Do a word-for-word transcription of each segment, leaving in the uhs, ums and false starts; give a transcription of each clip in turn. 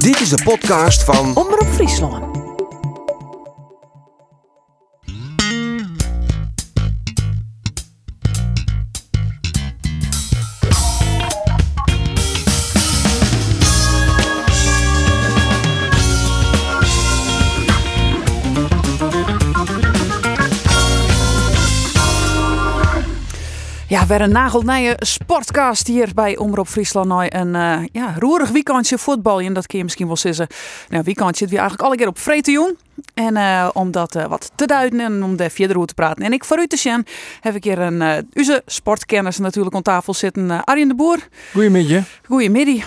Dit is de podcast van Omroep Friesland. Ja, weer een nagelnije sportcast hier bij Omroep Friesland. Nou, een uh, ja, roerig weekendje voetbal. En dat kun je misschien wel zeggen. Nou, weekendje zit weer eigenlijk alle keer op vretejoen. En uh, om dat uh, wat te duiden en om daar verder over te praten. En ik voor u te zien heb ik hier een uh, onze sportkenners natuurlijk aan tafel zitten. Uh, Arjen de Boer. Goedemiddag. Goedemiddag.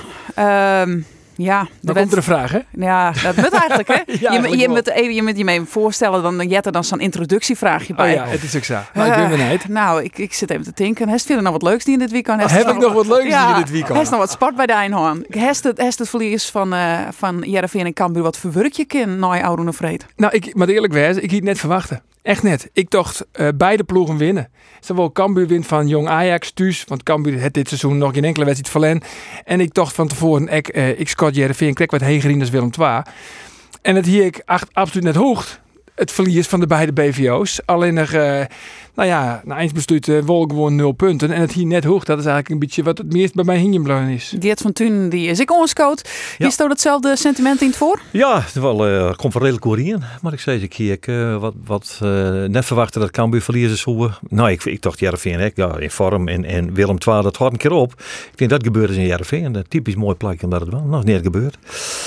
Uh, Ja, dan komt er een vraag, hè? Ja, dat moet eigenlijk, hè? ja, je, je, moet even, je moet je mee voorstellen, dan je er dan zo'n introductievraagje bij. Oh ja, het is ook zo. Nou, ik ben benieuwd. Uh, nou, ik, ik zit even te denken. Heeft er nog wat leuks die in dit weekend? Oh, heb ik nog wat leuks ja, die in dit weekend? Heeft nog wat sport bij de Eindhoven? Heeft het, heeft het verlies van, uh, van Heerenveen en Cambuur wat verwerkje kind na Oude Vreed? Nou, ik moet eerlijk wezen, ik hield net verwachten. Echt net. Ik dacht uh, beide ploegen winnen. Zowel Cambuur wint van Jong Ajax thuis, want Cambuur heeft dit seizoen nog geen enkele wedstrijd verloren. En ik dacht van tevoren, ik, uh, ik scot Heerenveen krijg wat heger in dan Willem twee. En het hier ik acht, absoluut net hoog. Het verlies van de beide B V O's. Alleen nog, uh, nou ja, na eindbesluit uh, wel gewoon nul punten. En het hier net hoog, dat is eigenlijk een beetje wat het meest bij mij hingebleven is. Geert van Thun, die is ik ongescoot. Ja. Is dat hetzelfde sentiment in het voor? Ja, wel, uh, komt van redelijk goed in. Maar ik zei, ik hier uh, wat, wat uh, net verwachten dat Cambuur verliezen zou. Nou, ik, ik dacht Heerenveen, ja, in vorm. En, en Willem twee, dat houdt een keer op. Ik denk dat gebeurt is in Heerenveen. Een typisch mooi plekje omdat het wel nog niet gebeurt.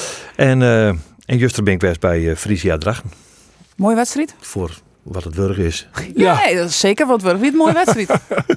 En, uh, en juster ben ik best bij uh, Frisia Drachten. Mooie wedstrijd? Voor wat het burger is. Ja, ja. Nee, dat is zeker wat burger. Wie een mooie wedstrijd.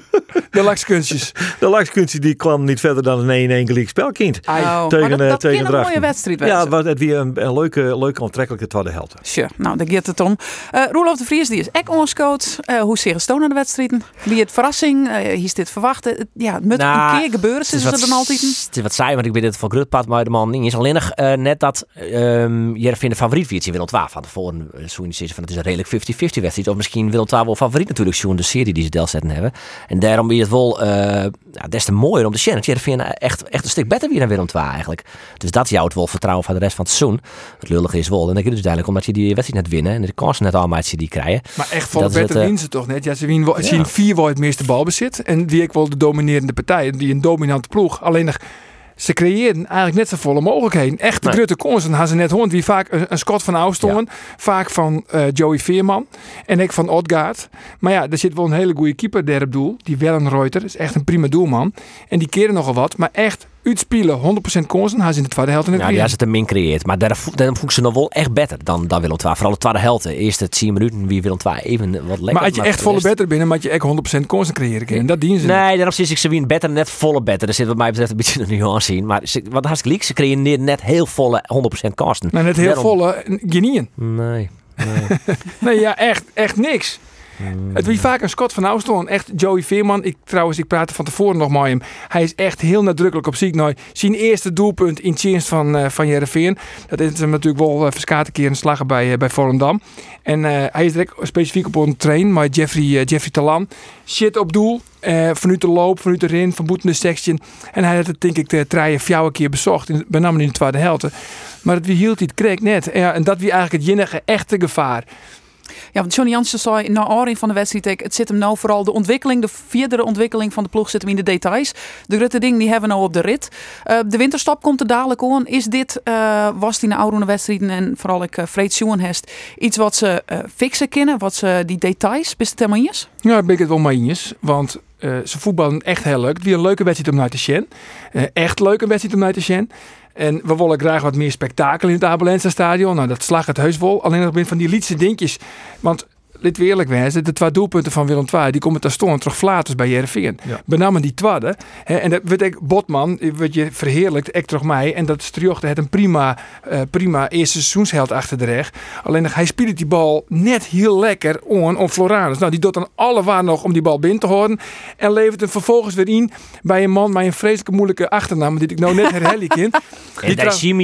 De lakskunstjes. De lakskunstjes die kwam niet verder dan een één-één gelijk spelkind. Oh, tegen, maar dat, dat tegen een mooie wedstrijd. Ja, het was weer een, een leuke, leuke aantrekkelijke tweede helft. Sure, nou, daar gaat het om. Uh, Roelof de Vries, die is echt ongescoot. Uh, hoe zeer is naar de wedstrijden? Wie het verrassing? Uh, hier is dit verwachten? Ja, het moet nou, een keer gebeuren, is het dan altijd? Het is wat saai, want ik ben dit van Grutpad, maar de man niet is alleen nog uh, net dat um, je vindt de favoriet wie het Willem twee van tevoren. Zo van het is een redelijk vijftig vijftig wedstrijd. Of misschien Willem twee wel favoriet natuurlijk, zo'n de serie die ze deel zetten hebben. En daarom is het wel uh, ja, des te mooier om te zien. Je vindt echt, echt een stuk beter weer dan Willem twee eigenlijk. Dus dat jou het wel vertrouwen van de rest van het seizoen. Het lullige is wel. En dan is het dus duidelijk omdat je die wedstrijd net winnen en de kansen net allemaal die krijgen. Maar echt volle beter winnen ze toch net? Ja, ze winnen ja. zien vier wel het meeste balbezit. En wie ik wel de dominerende partij, die een dominante ploeg. Alleen nog, ze creëren eigenlijk net zo volle mogelijkheden. Echt de nee. grote kansen hadden ze net hoort. Wie vaak een, een Scott van Oustongen. Ja. Vaak van uh, Joey Veerman. En ik van Odgaard. Maar ja, er zit wel een hele goede keeper daar op doel. Die Wellenreuter. Is echt een prima doelman. En die keren nogal wat. Maar echt uitspelen. honderd procent kansen. Hij is in de tweede helft. Ja, die had het een min creëert. Maar daar voeg ze nog wel echt beter dan, dan Willem twee. Vooral de tweede helft. Eerste tien minuten wie Willem twee even wat lekker. Maar had je echt volle beter binnen. Maar had je echt honderd procent kansen creëren kunnen. Dat dienen ze Nee, niet. daarom zie ik ze weer beter. Net volle beter. Er zit wat mij betreft een beetje een nuance in. Maar ze, wat hartstikke liek. Ze creëren net heel volle honderd procent kansen. Nou, net heel daarom... volle. Genieën. Nee. Nee. nee, ja, echt, echt niks. Hmm. Het wie vaak een Scott van Ouston, echt Joey Veerman. Ik trouwens, ik praatte van tevoren nog met hem. Hij is echt heel nadrukkelijk op ziek. Nou, zijn eerste doelpunt in dienst van uh, van Heerenveen. Dat is hem natuurlijk wel uh, verskaten keer een slag bij uh, bij Volendam. En uh, hij is direct specifiek op een train, maar Jeffrey uh, Jeffrey Talan shit op doel. Uh, vanuit de loop, vanuit de rin, van boeten de section. En hij had het denk ik de treien fjouwe keer bezocht, in, bij name in de tweede helft. Maar het wie hield hij het kreeg net. En, ja, en dat wie eigenlijk het enige echte gevaar. Ja, want Johnny Jansen zei na aanleiding van de wedstrijd, het zit hem nou vooral de ontwikkeling, de verdere ontwikkeling van de ploeg zit hem in de details. De grote dingen die hebben we nou op de rit. Uh, de winterstop komt er dadelijk aan. Is dit, uh, was die na oude wedstrijden en vooral ik uh, Freed Sjoenhest, iets wat ze uh, fixen kunnen, wat ze die details, is het helemaal eens? Ja, daar ben ik het wel mee eens, want uh, ze voetballen echt heel leuk. Het weer een leuke wedstrijd om naar te zien. Uh, echt leuke wedstrijd om naar te zien. En we willen graag wat meer spektakel in het Abelense stadion. Nou, dat slag het heus wel. Alleen nog ben van die lietse dingetjes. Want, laten we eerlijk wezen, de twee doelpunten van Willem twee, die komen te staan terug flaters bij Heerenveen. Ja. Benamen die tweede. Hè, en dat werd ik, Botman, werd je verheerlijkt, ik terug mij. En dat Striochte het een prima, uh, prima eerste seizoensheld achter de reg. Alleen nog, hij speelde die bal net heel lekker on om Floranus. Nou, die doet dan alle waar nog om die bal binnen te houden. En levert hem vervolgens weer in bij een man met een vreselijke moeilijke achternaam, die ik nou net herhaal ken. En daar zie je.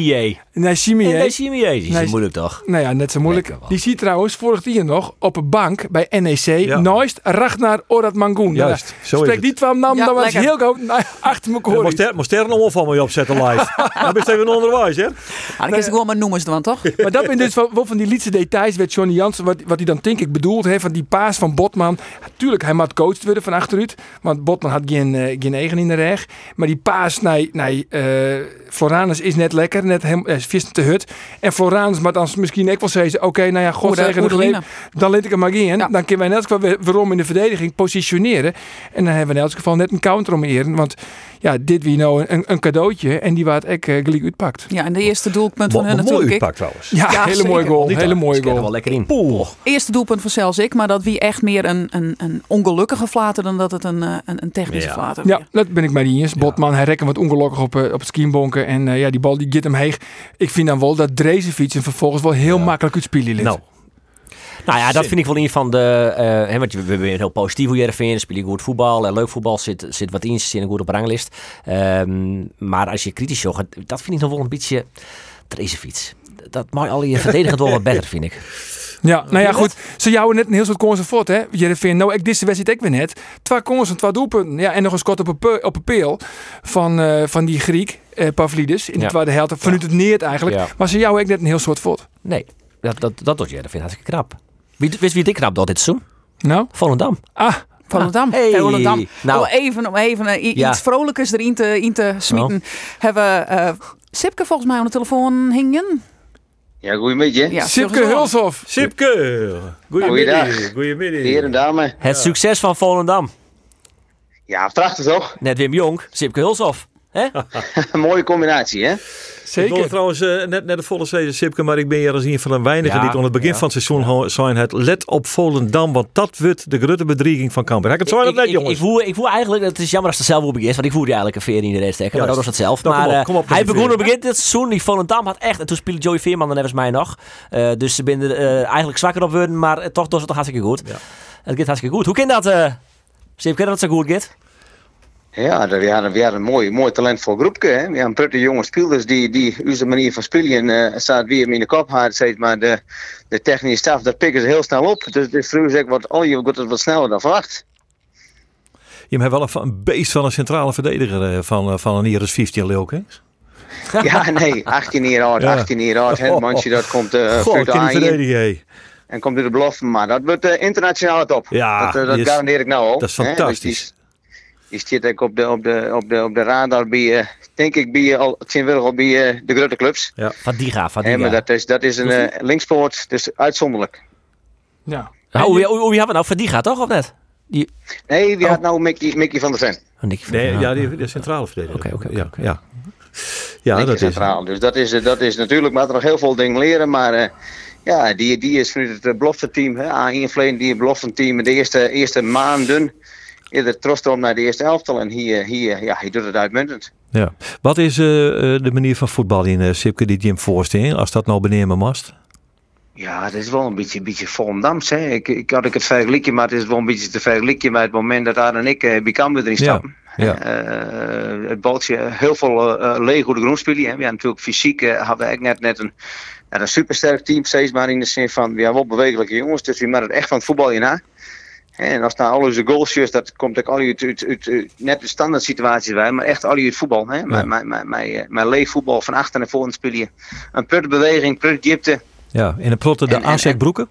Nee, Simier. Nee, Simier. Die is Nee, moeilijk toch? Nou ja, net zo moeilijk. Lekker wel. Die ziet trouwens vorig jaar nog op een bank bij N E C. Ja. Naast Ragnar Oratmangun. Juist, Nou, zo is spreek het. die twee namen, Ja, dan was lekker. heel gauw nou, achter me koor. Moest er, moest er een omhoog van mij opzetten live. Dan ben je even onderwijs, hè? Ah, dan is het gewoon maar noemers dan, toch? Maar dat zijn dus wel, wel van die lietse details met Johnny Jansen, wat, wat hij dan denk ik bedoeld heeft, van die paas van Botman. Tuurlijk, hij moet coached worden van achteruit, want Botman had geen, uh, geen eigen in de reg. Maar die paas naar, naar uh, Floranus is net lekker, net hem, uh, vis te hut. En Floranus maar dan misschien ook wel zeggen, oké, okay, nou ja, god Goede- zeggen, goede line. dan laat ik hem maar in. Ja. Dan kunnen wij in elk geval weer- waarom in de verdediging positioneren. En dan hebben we in elk geval net een counter om eren, want ja, dit wie nou een, een cadeautje en die waard ik uh, gelijk uitpakt. Ja, en de eerste doelpunt van Mo- hun mooi natuurlijk. ik. uitpak trouwens. Ja, Ja, hele zeker. mooie goal, Niet hele waar. mooie Ze er goal. wel lekker in. Poeh. Eerste doelpunt van zelfs ik, maar dat wie echt meer een, een, een ongelukkige flater dan dat het een, eh, een, een technische Ja. flater Ja, weer. dat ben ik met die eens. Botman, hij rekken wat ongelukkig op, uh, op het skimbonken. En uh, ja, die bal die gaat hem heen. Ik vind dan wel dat Drezefiets hem vervolgens wel heel Ja. makkelijk uit spelen liet. Nou, Nou ja, dat Zin. vind ik wel een van de... eh hè, want we hebben heel positief hoe Heerenveen. Ze spelen goed voetbal. En leuk voetbal zit, zit wat in. Ze zitten goed op de ranglist. Ehm, maar als je kritisch gaat, dat vind ik nog wel een beetje... Drezefiets. Dat mag al je verdedigend wel wat beter, vind ik. Ja, nou ja, goed. Ze jouwen net een heel soort kansen voort, hè. Heerenveen, nou, ik deze wedstrijd ik weer net. Twee kansen, twee doelpunten. Ja, en nog een schot op een, pe- op een peel van, uh, van die Griek, uh, Pavlidis. In de Ja. tweede helft. Vanuit het neert eigenlijk. Ja. Maar ze jouwen ik net een heel soort voort. Nee, dat, dat, dat doet Heerenveen hartstikke knap. Wie, wist wie dit knap doet dit seizoen? Nou, Volendam. ah, Volendam. Hey. Volendam. Nou. Oh, even om even uh, i- Ja. iets vrolijkers erin te, in te smieten. Hebben we uh, Sipke volgens mij aan de telefoon hingen. Ja, goedemiddag. Ja, Sipke Hulshoff. Sipke. Goeiedag. Goedemiddag. Goedemiddag. Heren en dames. Het succes van Volendam. Ja, prachtig toch? Net Wim Jong, Sipke Hulshoff. Hè? Een mooie combinatie, hè? Ik wilde Zeker. trouwens uh, net, net de volle seizoen, Sipke, maar ik ben hier als een van de weinigen Ja, die aan het begin ja, van het seizoen ja. zijn het let op Volendam, want dat wordt de grote bedreiging van Cambuur. Heb ik het zo ik, net, net, ik, jongens? ik, voel, ik voel eigenlijk, het is jammer als het zelf op is, want ik voelde eigenlijk een veer in de rest steken, maar dat Juist. was het zelf. Dan maar kom op, uh, kom op met hij die begon veer. op het begin dit seizoen, die Volendam had echt, en toen speelde Joey Veerman dan even mij nog. Uh, dus ze zijn er uh, eigenlijk zwakker op worden, maar uh, toch doet het toch hartstikke goed. Ja. Het gaat hartstikke goed. Hoe kan dat, uh, Sip, kan dat zo goed gaat? Ja, we hadden, we hadden een mooi, mooi talentvol groepje. Hè? We hebben een pretty jonge spelers die, die onze manier van spelen uh, staat weer in de kop had, zeg maar de, de technische staf, dat pikken ze heel snel op. Dus het is vroeger zeg wat, oh je gaat het wat sneller dan verwacht. Je hebt wel een, een beest van een centrale verdediger uh, van, uh, van een Iris vijftien Leeuw, hè? Ja, nee, achttien jaar oud, Ja. achttien jaar oud. Het mandje dat komt uh, Goh, vanuit de kan die A één verdedigen, hé. en komt door de belofte. Maar dat wordt uh, internationaal top. Ja, dat uh, dat die is- garandeer ik nou al. dat is hè. fantastisch. Dus die, die zit ook op de, op de, op de, op de radar bij, uh, denk ik, bij, uh, al, al bij uh, de grote clubs. Van Diga, van Hè, Diga. maar dat is, dat is een uh, linkspoort, dus uitzonderlijk. Ja. Nou, hoe, hoe, hoe hebben we nou van Diga, toch, of net? Die... Nee, wie Oh. had nou Mickey, Mickey van der Ven? Oh, Nick van- Nee, ja. ja, die, die centrale verdediger. Oké, oké, oké, ja, oké. ja. Ja, Mickey dat is centraal. Dus dat is, uh, dat is natuurlijk, maar er nog heel veel dingen leren. Maar uh, ja, die, die is vanuit het uh, belofte team. A één Vleen, die belofte team. De eerste, eerste maanden. Eerder trost om naar de eerste elftal. En hier, hier ja, hij doet het uitmuntend. Ja. Wat is uh, de manier van voetbal in uh, Sipke die je hem voorstelt, als dat nou benemen mast? Ja, het is wel een beetje, beetje Volendams. Hè. Ik, ik had ik het vergelijken, maar het is wel een beetje te vergelijken met het moment dat Aard en ik uh, bij Cambuur erin stappen. Ja. Uh, het baltje, heel veel uh, leeg hoe de grond spelen. Hè. We hebben natuurlijk fysiek, uh, hadden we net, net een, ja, een supersterk team, steeds maar in de zin van, we hebben wel bewegelijke jongens, dus we maken het echt van het voetbal in na. En als nou al onze goalsjes, dat komt ook al uit, uit, uit, uit net de standaard situaties bij, maar echt al uit voetbal. Hè. Mijn, mijn, mijn, mijn, mijn leeg voetbal van achter naar voren spelen. Een prutte beweging, prutte diepte. Ja, in een plotte de En- en- Azek Broeken?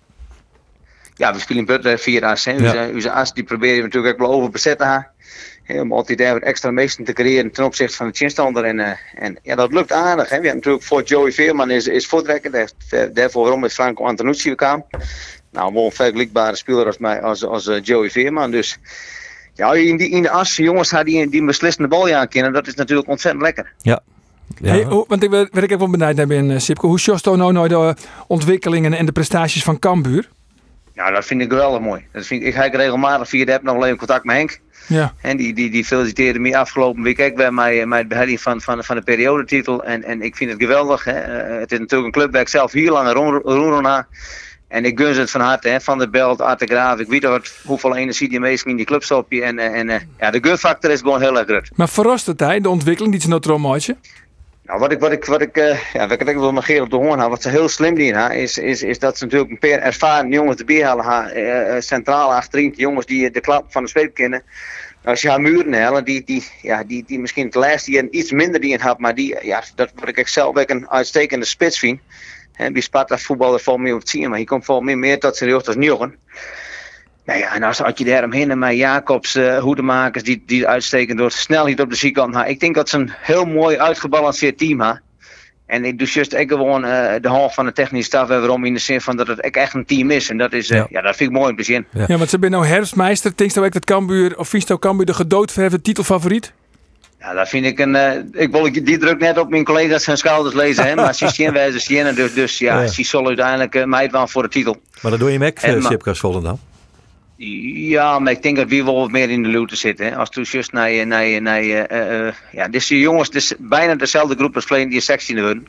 Ja, we spelen Putten vier as. Hè. Onze, onze as die proberen we natuurlijk ook wel overbezet te hebben. Hè, om altijd daar wat extra meesten te creëren ten opzichte van de chinstander. En, uh, en ja, dat lukt aardig. Hè. We hebben natuurlijk voor Joey Veerman is, is voortrekker. Daar, daar, daarvoor waarom met Franco Antonucci kwam. Nou, wel een vergelijkbare speler als, mij, als, als uh, Joey Veerman. Dus ja, in, die, in de as, jongens die, die een beslissende bal aankennen, dat is natuurlijk ontzettend lekker. Ja. Ja. Hey, hoe- want ik werd werd ik even benieuwd naar ben, uh, Sipke. Hoe sjost nou nou de ontwikkelingen en de prestaties van Cambuur? Nou, dat vind ik geweldig mooi. Dat vind ik, ik ga ik regelmatig via de app nog alleen contact met Henk. Ja. En die, die, die feliciteerde me afgelopen week ook bij mij, mij het beheerding van, van, van de periodetitel. En, en ik vind het geweldig. Hè. Uh, het is natuurlijk een club waar ik zelf hier lang roeren naar. En ik gun ze het van harte. Hè. Van der Belt, Art de Graaf. Ik weet wat, hoeveel energie die meesten in die club stoppen. En, en uh, ja, de gunfactor is gewoon heel erg groot. Maar verrast het hij, de ontwikkeling die ze nou trouwens maatje? Nou, wat ik, wat ik, wat ik, uh, ja, wat ik wel mijn geel op de hoorn had, wat ze heel slim doen, ha, is, is, is dat ze natuurlijk een paar ervaren jongens erbij halen, ha, uh, centraal achterin, jongens die de klap van de zweep kennen. Als je haar muren halen, die, die, ja, die, die misschien het laatste die iets minder die in had, maar die, ja, dat wat ik zelf ook een uitstekende spits vind. He, bij Sparta voetballer valt meer op het zien, maar hier komt vol meer, meer tot serieus als Njogen. Nou ja, en als, als je daar omheen met Jacobs, uh, hoedemakers, die, die uitstekend door snelheid op de zijkant. Nou, ik denk dat ze een heel mooi uitgebalanceerd team hebben. En ik doe juist ook gewoon uh, de half van de technische staf waarom in de zin van dat het echt een team is. En dat is, uh, ja. ja, dat vind ik mooi om te zien. Ja, ja, want ze zijn nou herfstmeister. Denk je ook dat Cambuur, of vind je Cambuur de gedoodverfde titelfavoriet? Ja, dat vind ik een. Uh, ik wil die druk net op mijn collega's zijn schouders lezen, hè, maar ze zien wij ze zien dus, dus ja, ja. Ze zullen uiteindelijk uh, meidwaan voor de titel. Maar dat doe je met uh, Sipkas Volendam. Ja, maar ik denk dat we wel wat meer in de looten zitten. Hè. Als toen juist naar, naar, naar uh, uh, ja, dit zijn jongens, dit is bijna dezelfde groep als verleden die sectie worden.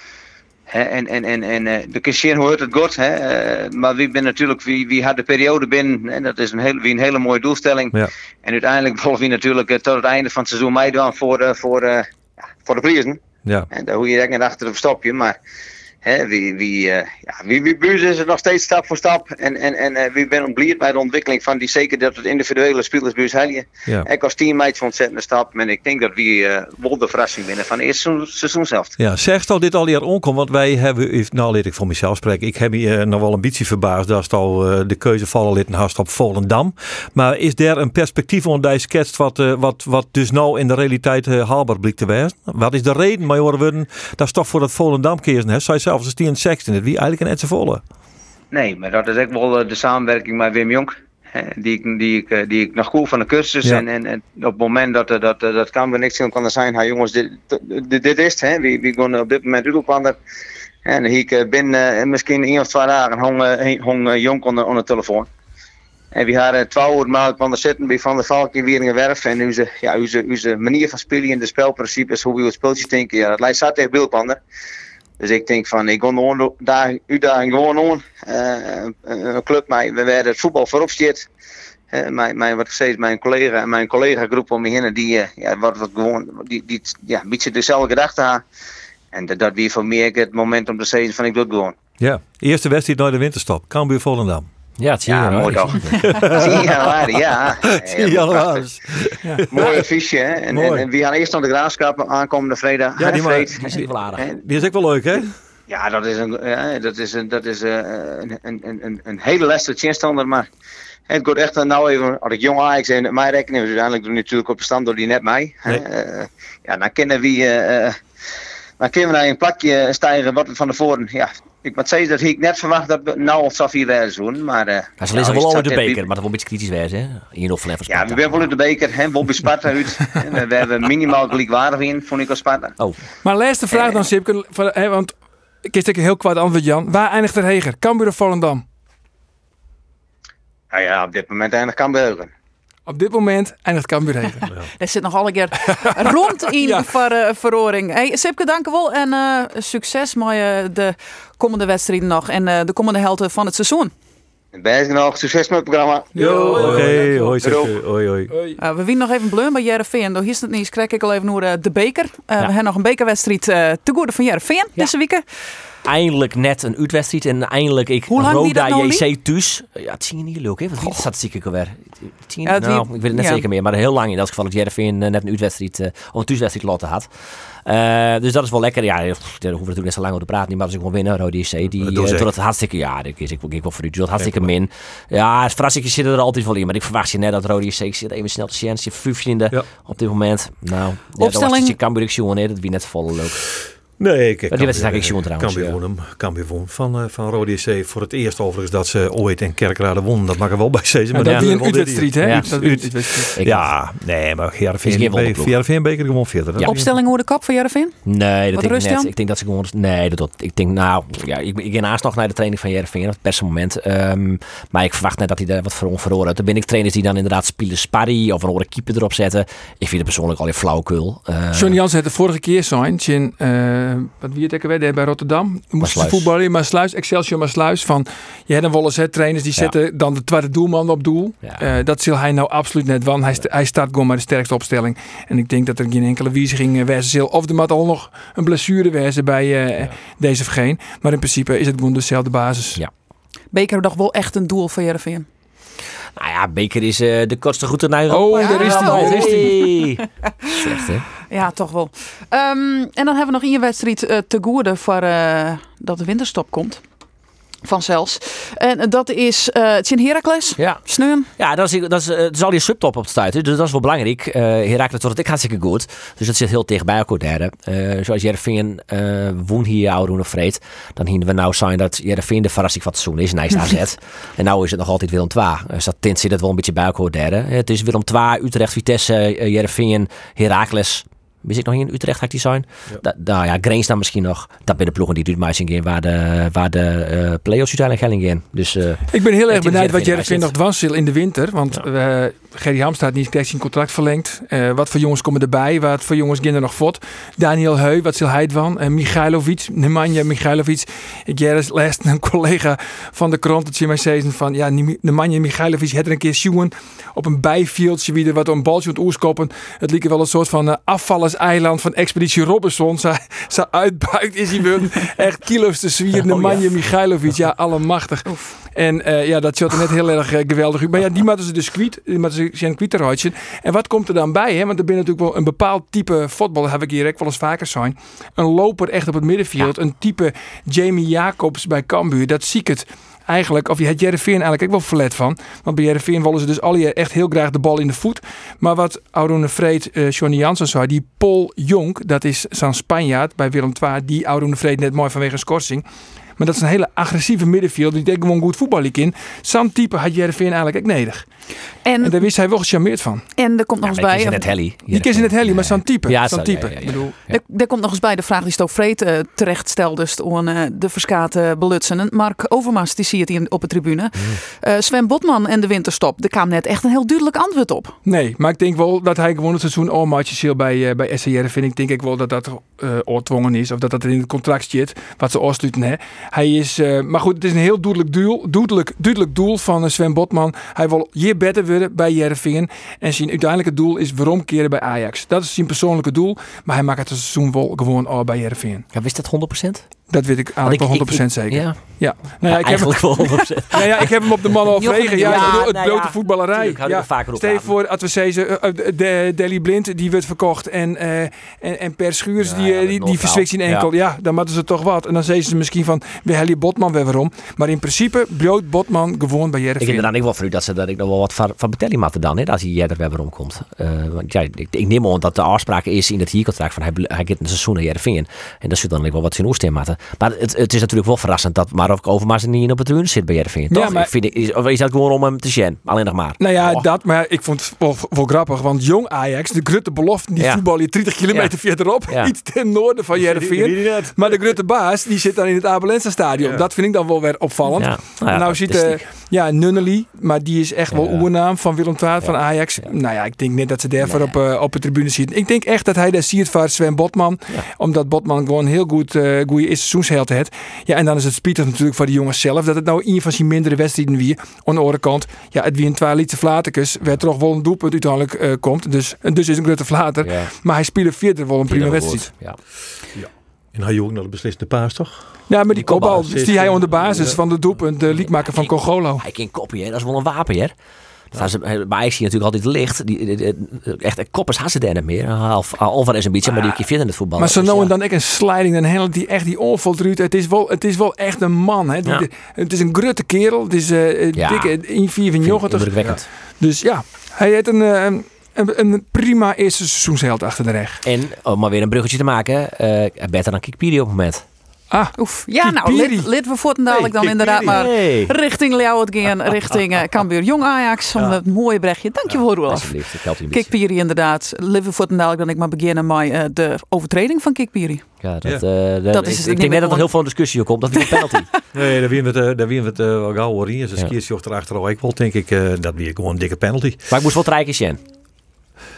Hè, en en, en, en uh, de Christian hoort het goed, hè. Uh, maar wie ben natuurlijk, wie, wie had de periode binnen, en dat is een, heel, wie een hele mooie doelstelling. Ja. En uiteindelijk willen we natuurlijk uh, tot het einde van het seizoen meedoen voor, uh, voor, uh, ja, voor de prijzen. Ja. En daar hoef je direct net achter een stopje, maar. He, wie, wie, uh, ja, wie, wie buurt is het nog steeds stap voor stap. En, en, en uh, wie ben ontblierd bij de ontwikkeling van die zeker dat het individuele spelers buurt helje. Ja. Ik als teammate van ontzettende stap. En ik denk dat we uh, wel de verrassing binnen van het eerste seizoen zelf. Ja, zegt al dit al hier onkomt. Want wij hebben, nou laat ik voor mezelf spreken. Ik heb hier uh, nog wel een beetje verbaasd dat het al uh, de keuze vallen lid haast op Volendam. Maar is er een perspectief onder deze sketst wat, uh, wat, wat dus nou in de realiteit uh, haalbaar blijkt te wezen? Wat is de reden, maar worden dat is toch voor dat Volendam kiezen? Hè? Zij zelfs is die een sexton, het wie eigenlijk net zo volle. Nee, maar dat is ook wel de samenwerking met Wim Jonk. Hè, die, ik, die, ik, die ik nog goed van de cursus. Ja. En, en, en op het moment dat dat, dat, dat kan we niks kan er zijn. Ha, jongens, dit, dit, dit is het. Hè. We, we gaan op dit moment uitopwandelen. En hier binnen uh, misschien één of twee dagen hong, uh, hong uh, Jonk onder, onder de telefoon. En we hadden twaalf uur maal van de zitten bij Van der Valk in Wieringenwerf. En onze, ja, onze, onze manier van spelen in de spelprincipes, hoe we het speeltje denken, ja, dat lijkt zat tegen Beeldpander. Dus ik denk van, ik ga daar uitdaging gewoon aan. Uh, een club, maar we werden het voetbal voorop zit. Uh, mijn, mijn, wat ik zei, mijn collega en mijn collega groep om me heen, die, uh, ja, wat, wat gewoon, die, die ja, een beetje dezelfde gedachten hebben. En dat, dat weer voor mij het moment om te zeggen van, ik doe het gewoon. Ja, eerste wedstrijd naar de winterstop, Cambuur Volendam. Ja, het zie je ja, mooi toch. tien januari, ja. tien januari. Ja. Mooi affiche, hè. En, en, en we gaan eerst naar de Graafschap aankomende vrijdag. Ja, die, maar, die, is wel aardig. En, die is ook wel leuk, hè? Ja, dat is een, ja, dat is een, dat is een, een, een, een, een hele lastige tegenstander, maar het gaat echt nou even, als ik jong Ajax en mij rekenen, we uiteindelijk doen natuurlijk op de stand door die net mij. Nee. Uh, ja, dan kennen we, uh, dan kunnen we naar een plakje stijgen wat van tevoren, ja. Ik moet zeggen dat ik net verwacht dat we nou of zo vier werden doen, maar... Uh, ja, ze lezen nou, wel over de beker, maar dat wordt een beetje kritisch wezen, hè? Hier nog van ja, we zijn wel uit de beker, hè? Bobby Sparta uit. we, we hebben minimaal gelijkwaardig in, vond ik als Sparta. Oh. Maar laatste vraag uh, dan, Sipke, want ik is een heel kwaad antwoord, Jan. Waar eindigt er Heger? Cambuur of Volendam? Nou ja, op dit moment eindigt Cambuur. Op dit moment eindigt Cambuur Heger. Ja. Er zit nog alle keer rond in ja. voor uh, verhoring. Hey, Sipke, dank je wel en uh, succes met uh, de komende wedstrijden nog en uh, de komende helden van het seizoen. Bijzonder nog, succes met het programma. Yo, oké, okay, hoi, hoi, hoi, hoi. Uh, we winnen nog even bleun bij Jereveen. Door is het niet, krijg ik al even naar uh, de beker. Uh, ja. We hebben nog een bekerwedstrijd uh, te goede van Jereveen ja. deze week. Eindelijk net een uitwedstrijd en eindelijk ik Roda nou J C thuis. Ja, het zie je niet leuk, hè? Wat is die statistiek ik alweer? Tien, ja, nou, ik weet het net ja. zeker meer, maar heel lang in dat geval dat Jereveen net een uitwedstrijd uh, of een thuiswedstrijd laten had. Uh, dus dat is wel lekker. Ja, daar hoeven we natuurlijk net zo lang over te praten. Niet, maar als ik gewoon winnen, Roda J C, die uh, doet het hartstikke. Ja, ik ik ik wel voor u. Doet het hartstikke min. Ja, verrassingen zitten er altijd wel in, maar ik verwacht je net dat Roda J C zit even snel te zien. Je vijftiende ja. op dit moment. Nou, ja, opstelling. Dat was Cambuur Action, hè? Dat wie net volle leuk. Nee, ik kan die wedstrijd ik Sjoen trouwens. Cambuur won hem. Cambuur won van, uh, van Roda J C voor het eerst overigens dat ze ooit in Kerkrade won. Dat mag er wel bij zeggen. Maar ja, dat is een uitwedstrijd, hè? Ja, dat is een ja, nee, maar Heerenveen beker gewoon verder. Ja. Opstelling hoe de kap voor Heerenveen? Nee, dat denk ik net. Ik denk dat ze gewoon... Nee, dat, dat ik denk nou... Ja, ik, ik ga naast nog naar de training van Heerenveen op het beste moment. Um, maar ik verwacht net dat hij daar wat voor verloren heeft. Dan ben ik trainers die dan inderdaad spelen sparrie of een andere keeper erop zetten. Ik vind het persoonlijk al een flauwekul. Uh, Johnny Jans had de vorige keer zijn, uh, wat wie het ook weer bij Rotterdam. Moesten ze Sluis. voetballen, maar Sluis, Excelsior maar Sluis. Van, ja, dan willen ze trainers die Ja. zetten dan de tweede doelman op doel. Ja. Eh, dat zal hij nou absoluut net, want hij, st- hij start gewoon met de sterkste opstelling. En ik denk dat er geen enkele wijziging uh, wezen zal. Of er moet al nog een blessure wezen bij uh, Ja. deze vergeen. Maar in principe is het gewoon dezelfde basis. Ja. Beker toch wel echt een doel voor Heerenveen. Nou ja, Beker is uh, de kortste route naar Europa. Oh, daar is hij, Ja, daar is hij. hey. Slecht, hè? Ja, toch wel. Ehm, en dan hebben we nog één wedstrijd uh, te goede voor uh, dat de winterstop komt. Vanzelfs. En dat is uh, het is in Heracles. Ja. Sneun. Ja, dat is, dat is, uh, er zal die subtop op stuiten, dus dat is wel belangrijk. Uh, Heracles wordt het hartstikke goed, dus dat zit heel tegen bij elkaar daar. Uh, zoals Heerenveen uh, woon hier oude of vreed, dan zien we nou zijn dat Heerenveen de verrassing van het seizoen is, naast A Z. En nou is het nog altijd Willem twee. Dus dat tint zit het wel een beetje bij elkaar daar. Het is Willem twee, Utrecht, Vitesse, uh, Heerenveen, Heracles. Wist ik nog hier in Utrecht had die zijn? Ja. Da, nou ja, Grains dan misschien nog. Dat ben de ploegen die doet maar eens in waar de, waar de uh, play-offs uiteindelijk gelling in. Dus uh, Ik ben heel erg Het is benieuwd wat Heerenveen Heerenveen nog zit. dwars zal in de winter. Want Ja. uh, Gerry Hamstraat niet krijgt zijn contract verlengd. Uh, wat voor jongens komen erbij? Wat voor jongens gaan er nog fot? Daniel Heu, wat zal hij van? Uh, Michailovic, Nemanja Michailovic. Ik heb laatst een collega van de krant het mij zeggen van ja, Nemanja Michailovic had er een keer zoen op een bijfieldje wie er wat een baltje aan het oerskoppen. Het liep wel een soort van uh, afvallerseiland van Expeditie Robinson. Zo, zo uitbuikt is hij wel echt kilo's te zwieren. Nemanja ja. Michailovic, ja, allemachtig. En uh, ja, dat zat er net heel erg uh, geweldig uit. Maar ja, die moeten ze dus kwijt. Die moeten ze zijn kwijt eruit. En wat komt er dan bij? Hè? Want er ben natuurlijk wel een bepaald type voetbal. Dat heb ik hier ook wel eens vaker zijn. Een loper echt op het middenveld. Een type Jamie Jacobs bij Cambuur. Dat zie ik het eigenlijk. Of je het Heerenveen eigenlijk ook wel verlet van. Want bij Heerenveen willen ze dus al je echt heel graag de bal in de voet. Maar wat Aurone Vreed, uh, Johnny Jansen zei. Die Paul Jonk, dat is zo'n Spanjaard bij Willem twee. Die Aurone Vreed net mooi vanwege een schorsing. Maar dat is een hele agressieve middenveld. Die denkt gewoon goed voetbal in. Zo'n type had Heerenveen eigenlijk ook nodig. En, En daar wist hij wel gecharmeerd van. en er komt nog eens ja, maar die bij. is net helly. Die keer in het helly, maar zo'n type. Ja, zo'n zo, type. ja, ja, ja. Ik bedoel, Ja. Er, er komt nog eens bij de vraag die Stoop Vreed uh, terecht stelde. Dus aan uh, de verskate belutsen. Mark Overmars die zie het hier op de tribune. Uh, Sven Botman en de winterstop. Er kwam net echt een heel duidelijk antwoord op. nee, maar ik denk wel dat hij gewoon het seizoen al matjes zal bij, uh, bij S C Heerenveen. Ik denk ik wel dat dat uh, oortwongen is. Of dat dat in het contract zit. Wat ze oorsluiten. Hè. Hij is, uh, maar goed, het is een heel duidelijk doel, duidelijk, duidelijk doel van uh, Sven Botman. Hij wil hier beter worden bij Heerenveen. En zijn uiteindelijke doel is waarom keren bij Ajax. Dat is zijn persoonlijke doel. Maar hij maakt het seizoen wel gewoon al bij Heerenveen. Ja, wist dat honderd procent? Dat weet ik eigenlijk wel honderd procent zeker. Ja, Ja. Nou ja, ik heb hem, eigenlijk wel honderd procent. nou ja, ik heb hem op de man al Jochen, vregen. Ja, ja, ik bedoel, het nou blote ja, voetballerij. tuurlijk, hadden we Ja. vaker op Stel je aan. voor, als we zeggen, uh, de Deli Blind, die wordt verkocht. En, uh, en, en Per Schuurs, Ja, die, ja, uh, met die, die Noordhaal. verzwikt in enkel. Ja. dan moeten ze toch wat. En dan zeggen ze misschien van, we hebben Botman weer waarom. Maar in principe, bloot Botman gewoon bij Ik Heerenveen. inderdaad ik wel voor u dat ze dat ik nog wel wat van, van Betelli matten dan, hè, als hij er weer waarom komt. Uh, want ja, ik, ik neem aan dat de afspraak is in het huurcontract van hij, hij gaat een seizoen naar Heerenveen. En dat zit dan wel wat zijn oersteen matten. Maar het, het is natuurlijk wel verrassend dat maar ook Overmars niet op het tribune zit bij Heerenveen. Ja, Toch? maar- Ik vind, is, of is dat gewoon om hem te zien? Alleen nog maar. Nou ja, Oh. dat, maar ik vond het wel, wel grappig. Want jong Ajax, de grote belofte, die Ja. voetbal je dertig kilometer verderop. Ja. Iets ten noorden van Heerenveen. Maar de grote baas, die zit dan in het Abelensa stadion. Ja. Dat vind ik dan wel weer opvallend. Ja. Nou ja, nou dat ziet is uh, stiek. ja, Nunnely, maar die is echt wel Ja. oernaam van Willem twee, van Ajax. Nou ja, ik denk net dat ze daarvoor Nee. op, uh, op de tribune zitten. Ik denk echt dat hij daar ziet van Sven Botman. Ja. Omdat Botman gewoon heel goed uh, goede eerste seizoensheld heeft. Ja, en dan is het spietig natuurlijk voor de jongens zelf. Dat het nou een van zijn mindere wedstrijden weer. Aan de andere kant, ja, het wie een twee lietse flaterkes. Waar toch wel een doelpunt uiteindelijk uh, komt. Dus, en dus is een grote flater. Ja. Maar hij speelde verder wel een prima Ieder wedstrijd. woord. Ja. En hij ook naar de beslissende paas, toch? Ja, maar die Die kopbal kopbal, dus die hij onder basis Ja. van de doelpunt, de liekmaker van Cogolo. Hij kan kopje, hè. Dat is wel een wapen, hè. Dat is, maar ik zie natuurlijk altijd licht. Die, die- die- echt, kop is haast er niet meer. Half, Alvar is een beetje, maar die keer verder in het voetbal. Maar zo Dus nou en ja. dan ik een sliding, dan helpt die echt die onvoltruut. Het is wel, het is wel echt een man. Hè. Die, Ja. de- het is een grutte kerel. Het is uh, Ja. dikke een Vind ik vierenjochtig. indrukwekkend. Dus ja, hij heeft een, eh, een, een prima eerste seizoensheld achter de reg. En om maar weer een bruggetje te maken, uh, beter dan Kikpiri op het moment. Ah, Oef. Ja, nou, Kikpiri. lid, lid we voorten dadelijk dan Hey, inderdaad maar Hey. richting Ljouwert gaan, richting uh, Cambuur Jong Ajax. Van het mooie bregje. Dankjewel, Roelof. Alsjeblieft, ik help je een beetje. Kikpiri inderdaad. Live voor dadelijk dan ik maar beginnen met uh, de overtreding van Kikpiri. Ja, dat, Ja. eh, dat, Dat is ik, het ik niet denk net dat er meer heel veel discussie op komt. Dat is een penalty. Nee, daar wien we het, uh, daar wien we het uh, wel gauw hoor. Hier is een Ja. skiersjocht erachter. Ik wel denk ik uh, dat weer gewoon een dikke penalty. Maar ik moest wel drie keer zien.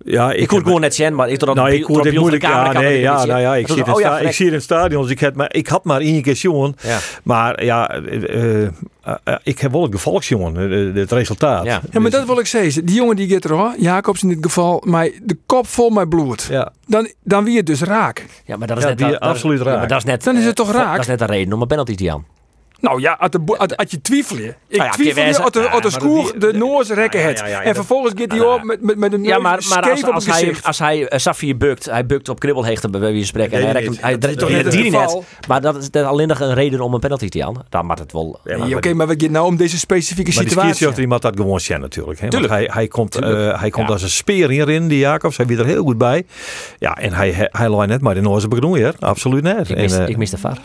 Ja, Ik kon het gewoon net zien, maar ik tot op Nou, de ik kon dit moeilijk. Ja, nee, ja, nou ja, ik zie het in oh, sta- ja, ik zie het in het stadion, dus ik had maar, ik had maar één keer jongen. Ja. Maar ja, uh, uh, uh, ik heb wel het gevolgsjongen, uh, het resultaat. Ja. Ja, maar dat wil ik zeggen. Die jongen die gaat er hoor, Jacobs in dit geval, maar de kop vol met bloed. Ja. Dan, dan wie het dus raak. Ja, maar dat is Ja, net die dat- dat- absoluut ja, raak. maar dat is net, Dan is het toch eh, raak? Dat is net een reden om een penalty te aan. Nou ja, als, de, bo- als, als je twijfelt. Ik Nou ja, twijfel Kees, je als de, ja, als de maar skoer dat- de noos rekken ja, het. ja, ja, ja, En dat- vervolgens gaat hij ja, op met, met, met een Ja, maar, maar als, scheef op als het hij, gezicht. als hij uh, Safir bukt, hij bukt op kribbelheegte bij wijze van spreken. Nee, en hij niet. rekt hem, hij Dat is toch hij net redt het die geval? net. Maar dat is dat alleen nog een reden om een penalty te aan. Dan mag het wel. Ja, Nee, Oké, maar we gaan nou om deze specifieke Maar die situatie. scheidsrechter die moet dat gewoon zien natuurlijk. Hè? Want Tuurlijk. hij, hij komt, Tuurlijk. uh, hij komt Ja. als een speer hierin, die Jacobs. Hij wie er heel goed bij. Ja, en hij, hij, hij laat net maar de noze bedoelen. Absoluut net. Ik En, mis, uh, ik mis de V A R.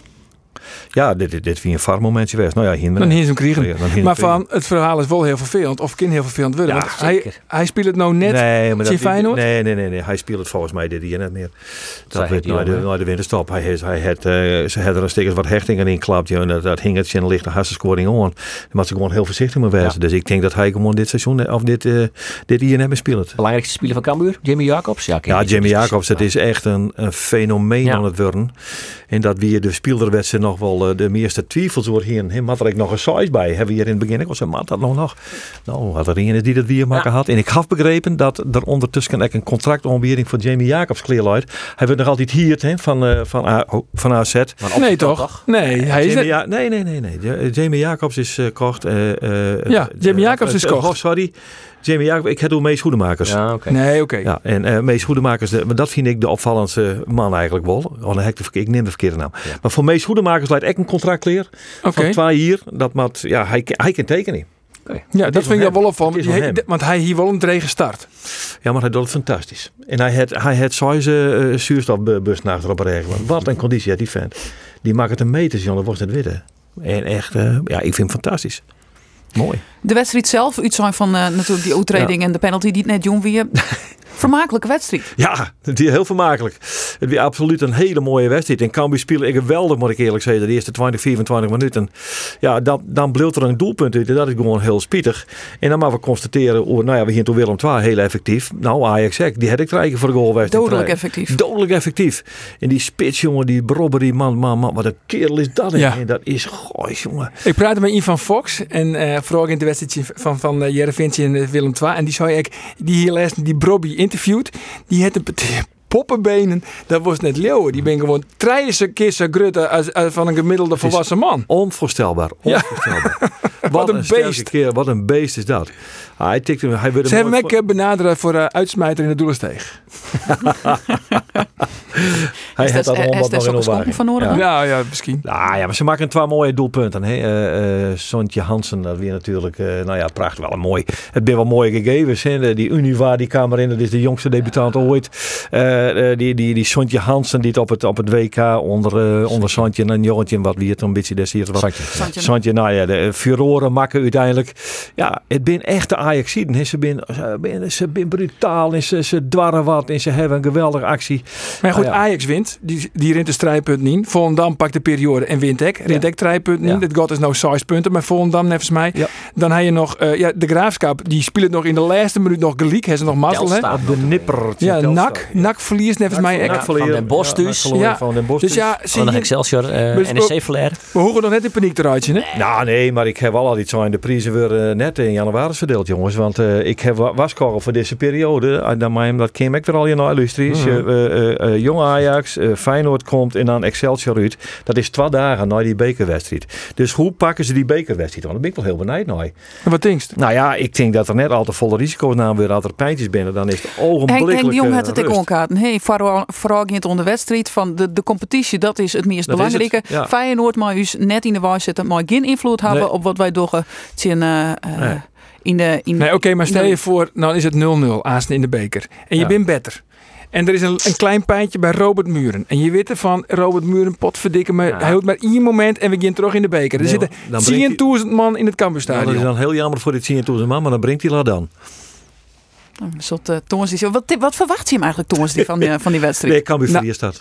ja, dit, dit, dit wie een varmomentje was. Nou ja, hier Dan hier ze hem krijgen. Ja, dan hier Maar hem van het verhaal is wel heel vervelend. Of kan heel vervelend worden. Ja, want hij, zeker. hij speelt het nou net. Nee, maar Zie dat, Feyenoord? nee, nee, nee, nee. Hij speelt het volgens mij dit hier net meer. Zei Dat werd hij naar de, al, hè? naar de winterstop. Hij, heeft- hij had, uh, ze hadden er steeds wat hechtingen in klapt. En dat, dat hing het in lichte hassenscoring aan. Dan moet ze gewoon heel voorzichtig mee wezen. Ja. Dus ik denk dat hij gewoon dit seizoen, of dit, uh, dit hier net meer speelt. Belangrijkste speler van Cambuur, Jamie Jacobs. Ja, Ja, Jamie Jacobs, dat is echt een, een fenomeen Ja. aan het worden. En dat we hier de speelderwedstrijd nog wel uh, de meeste twijfels door hier. Hij had er ook nog een size bij. Hebben we hier in het begin. Ik was een maand dat nog nog. Nou, had er een die dat weer maken Ja. had. En ik had begrepen dat er ondertussen ook een contractontbering voor Jamie Jacobs kleerluid. Hij wordt nog altijd hier hè, van, uh, van, A, oh, van A Z. Nee toch? Nee, hij is Jamie, net. ja, nee, nee, nee, nee. Ja, Jamie Jacobs is uh, kocht. Uh, uh, Ja, Jamie uh, Jacobs is uh, kocht. Oh, sorry. Jamie Jacobs. Ik heb door Mees Goedemakers. Ja, oké. Nee, oké. Ja, en uh, Mees Goedemakers, de, maar dat vind ik de opvallendste man eigenlijk wel. Oh, dan heb ik, de verke- ik neem de verkeerde naam. Ja. Maar voor Mees Goedemakers leidt echt een contract leer. Oké. Van twee jaar. Dat moet, ja, hij, hij kan tekenen. Ja, dat is vind ik van wel op van. Het is van hem. Want hij hier wel een drege start. Ja, maar hij doet het fantastisch. En hij had, hij had zo'n uh, zuurstofbus naar op regelen. Wat een conditie had die vent. Die maakt het een meters, jongen, dat wordt het witte. En echt, uh, ja, ik vind hem fantastisch. Mooi. De wedstrijd zelf, iets zijn van uh, natuurlijk die overtreding en de penalty die het net doen weer. Vermakelijke wedstrijd. Ja, het is heel vermakelijk. Het is absoluut een hele mooie wedstrijd. En Cambuur speelde ik geweldig, moet ik eerlijk zeggen. De eerste twintig, vierentwintig minuten. Ja, dan, dan bleef er een doelpunt uit. En dat is gewoon heel spietig. En dan maar we constateren, oh, nou ja, we gingen toen Willem twee heel effectief. Nou, Ajax, die had ik dreigen voor de goalwedstrijd. Dodelijk effectief. Dodelijk effectief. En die spits, jongen, die brobber, die man, man, man. Wat een kerel is dat. Ja. En dat is, goh, jongen. Ik praatte met Ivan Fox en uh, vooral in de wedstrijd van, van uh, Jerevintje en uh, Willem twee. En die zei ik, die hier laatst die Brobby interviewd, die had een poppenbenen, dat was net leeuwen. Die ben gewoon drie keer zo groot als, als van een gemiddelde volwassen man. Onvoorstelbaar. Onvoorstelbaar. Ja. Wat een sterke beest. Keer, wat een beest is dat. Ah, hij tikte, hij werd Ze hebben mooi me ook benaderd voor uh, uitsmijter in de doelensteeg. Hij had dat allemaal Is nog in ook opwaring. van nodig? Ja. Ja, ja, misschien. Nou ja, maar ze maken twee mooie doelpunten. Hè? Uh, uh, Sontje Hansen, dat weer natuurlijk, uh, nou ja, prachtig, wel een mooi. Het ben wel mooie gegevens. Hè? Die Univa, die kwam erin, dat is de jongste debutant ooit. Uh, uh, die, die, die Sontje Hansen, die het op het, op het W K onder, uh, onder Sontje en Jongetje, wat wie het een beetje destijds was. Santje. Sontje, nou ja, de furoren maken uiteindelijk. Ja, het ben echt de Ajaxiden. Ze ben, ze ben, ze ben brutaal en ze, ze dwarren wat en ze hebben een geweldige actie. Maar goed, Ah, ja. Ajax wint. Die, die rint de strijdpunt niet. Volendam pakt de periode en wint ek. Rint ek strijdpunt niet. Ja. Dit gaat is nou zes punten. Maar Volendam, nevens mij. Ja. Dan heb je nog uh, ja, de Graafschap. Die speelt nog in de laatste minuut nog gelijk. Hebben ze nog mazzel, hè? Telstar. Op de nipper. Ja, nak. Nak verliest nevens mij ek. Van Den Bosch dus. Ja. Van Den Bosch Dus ja, zie Van de je, Excelsior, uh, Dus N E C Flair. we hoeven nog net in paniek eruit zien, hè? Nou nee, maar ik heb wel al iets aan de prijzen weer uh, net in januari verdeeld, jongens. Want uh, ik heb wa- waskorrel voor deze periode. Uh, dan maar dat ken ik er al in naar illustrisch. Mm. Uh, uh, uh, Jong Ajax, uh, Feyenoord komt en dan Excelsior uit. Dat is twee dagen na die bekerwedstrijd. Dus hoe pakken ze die bekerwedstrijd? Want daar ben ik wel heel benieuwd naar. En wat denkst? Nou ja, ik denk dat er net al te volle risico's namen weer. Als er pijntjes binnen, dan is het Henk, ogenblikkelijk Henk de Jong uh, had het ook rust. onkaarten. Hey, vooral, vooral in het onder wedstrijd van de, de competitie, dat is het meest Dat is het, belangrijke. ja. Feyenoord maar dus net in de waar zitten, maar geen invloed hebben Nee. op wat wij doen. Tjen, uh, uh, Nee. in de in Nee, oké, okay, maar stel in je de- voor, nou is het nul nul aanstaan in de beker. En je Ja. bent beter. En er is een, een klein pijntje bij Robert Muren. En je weet ervan, Robert Muren, potverdikken me. Ja. Hij houdt maar één moment en we gaan terug in de beker. Er Nee, zitten dan brengt hij- tienduizend man in het Nou, Cambuurstadion. dat is dan heel jammer voor dit tienduizend man, maar dan brengt hij laat dan. Een soort uh, Thomas die zo- wat, wat verwacht je hem eigenlijk, Thomas, die van, die, van die wedstrijd? Nee, Cambuur Nou, verliest dat.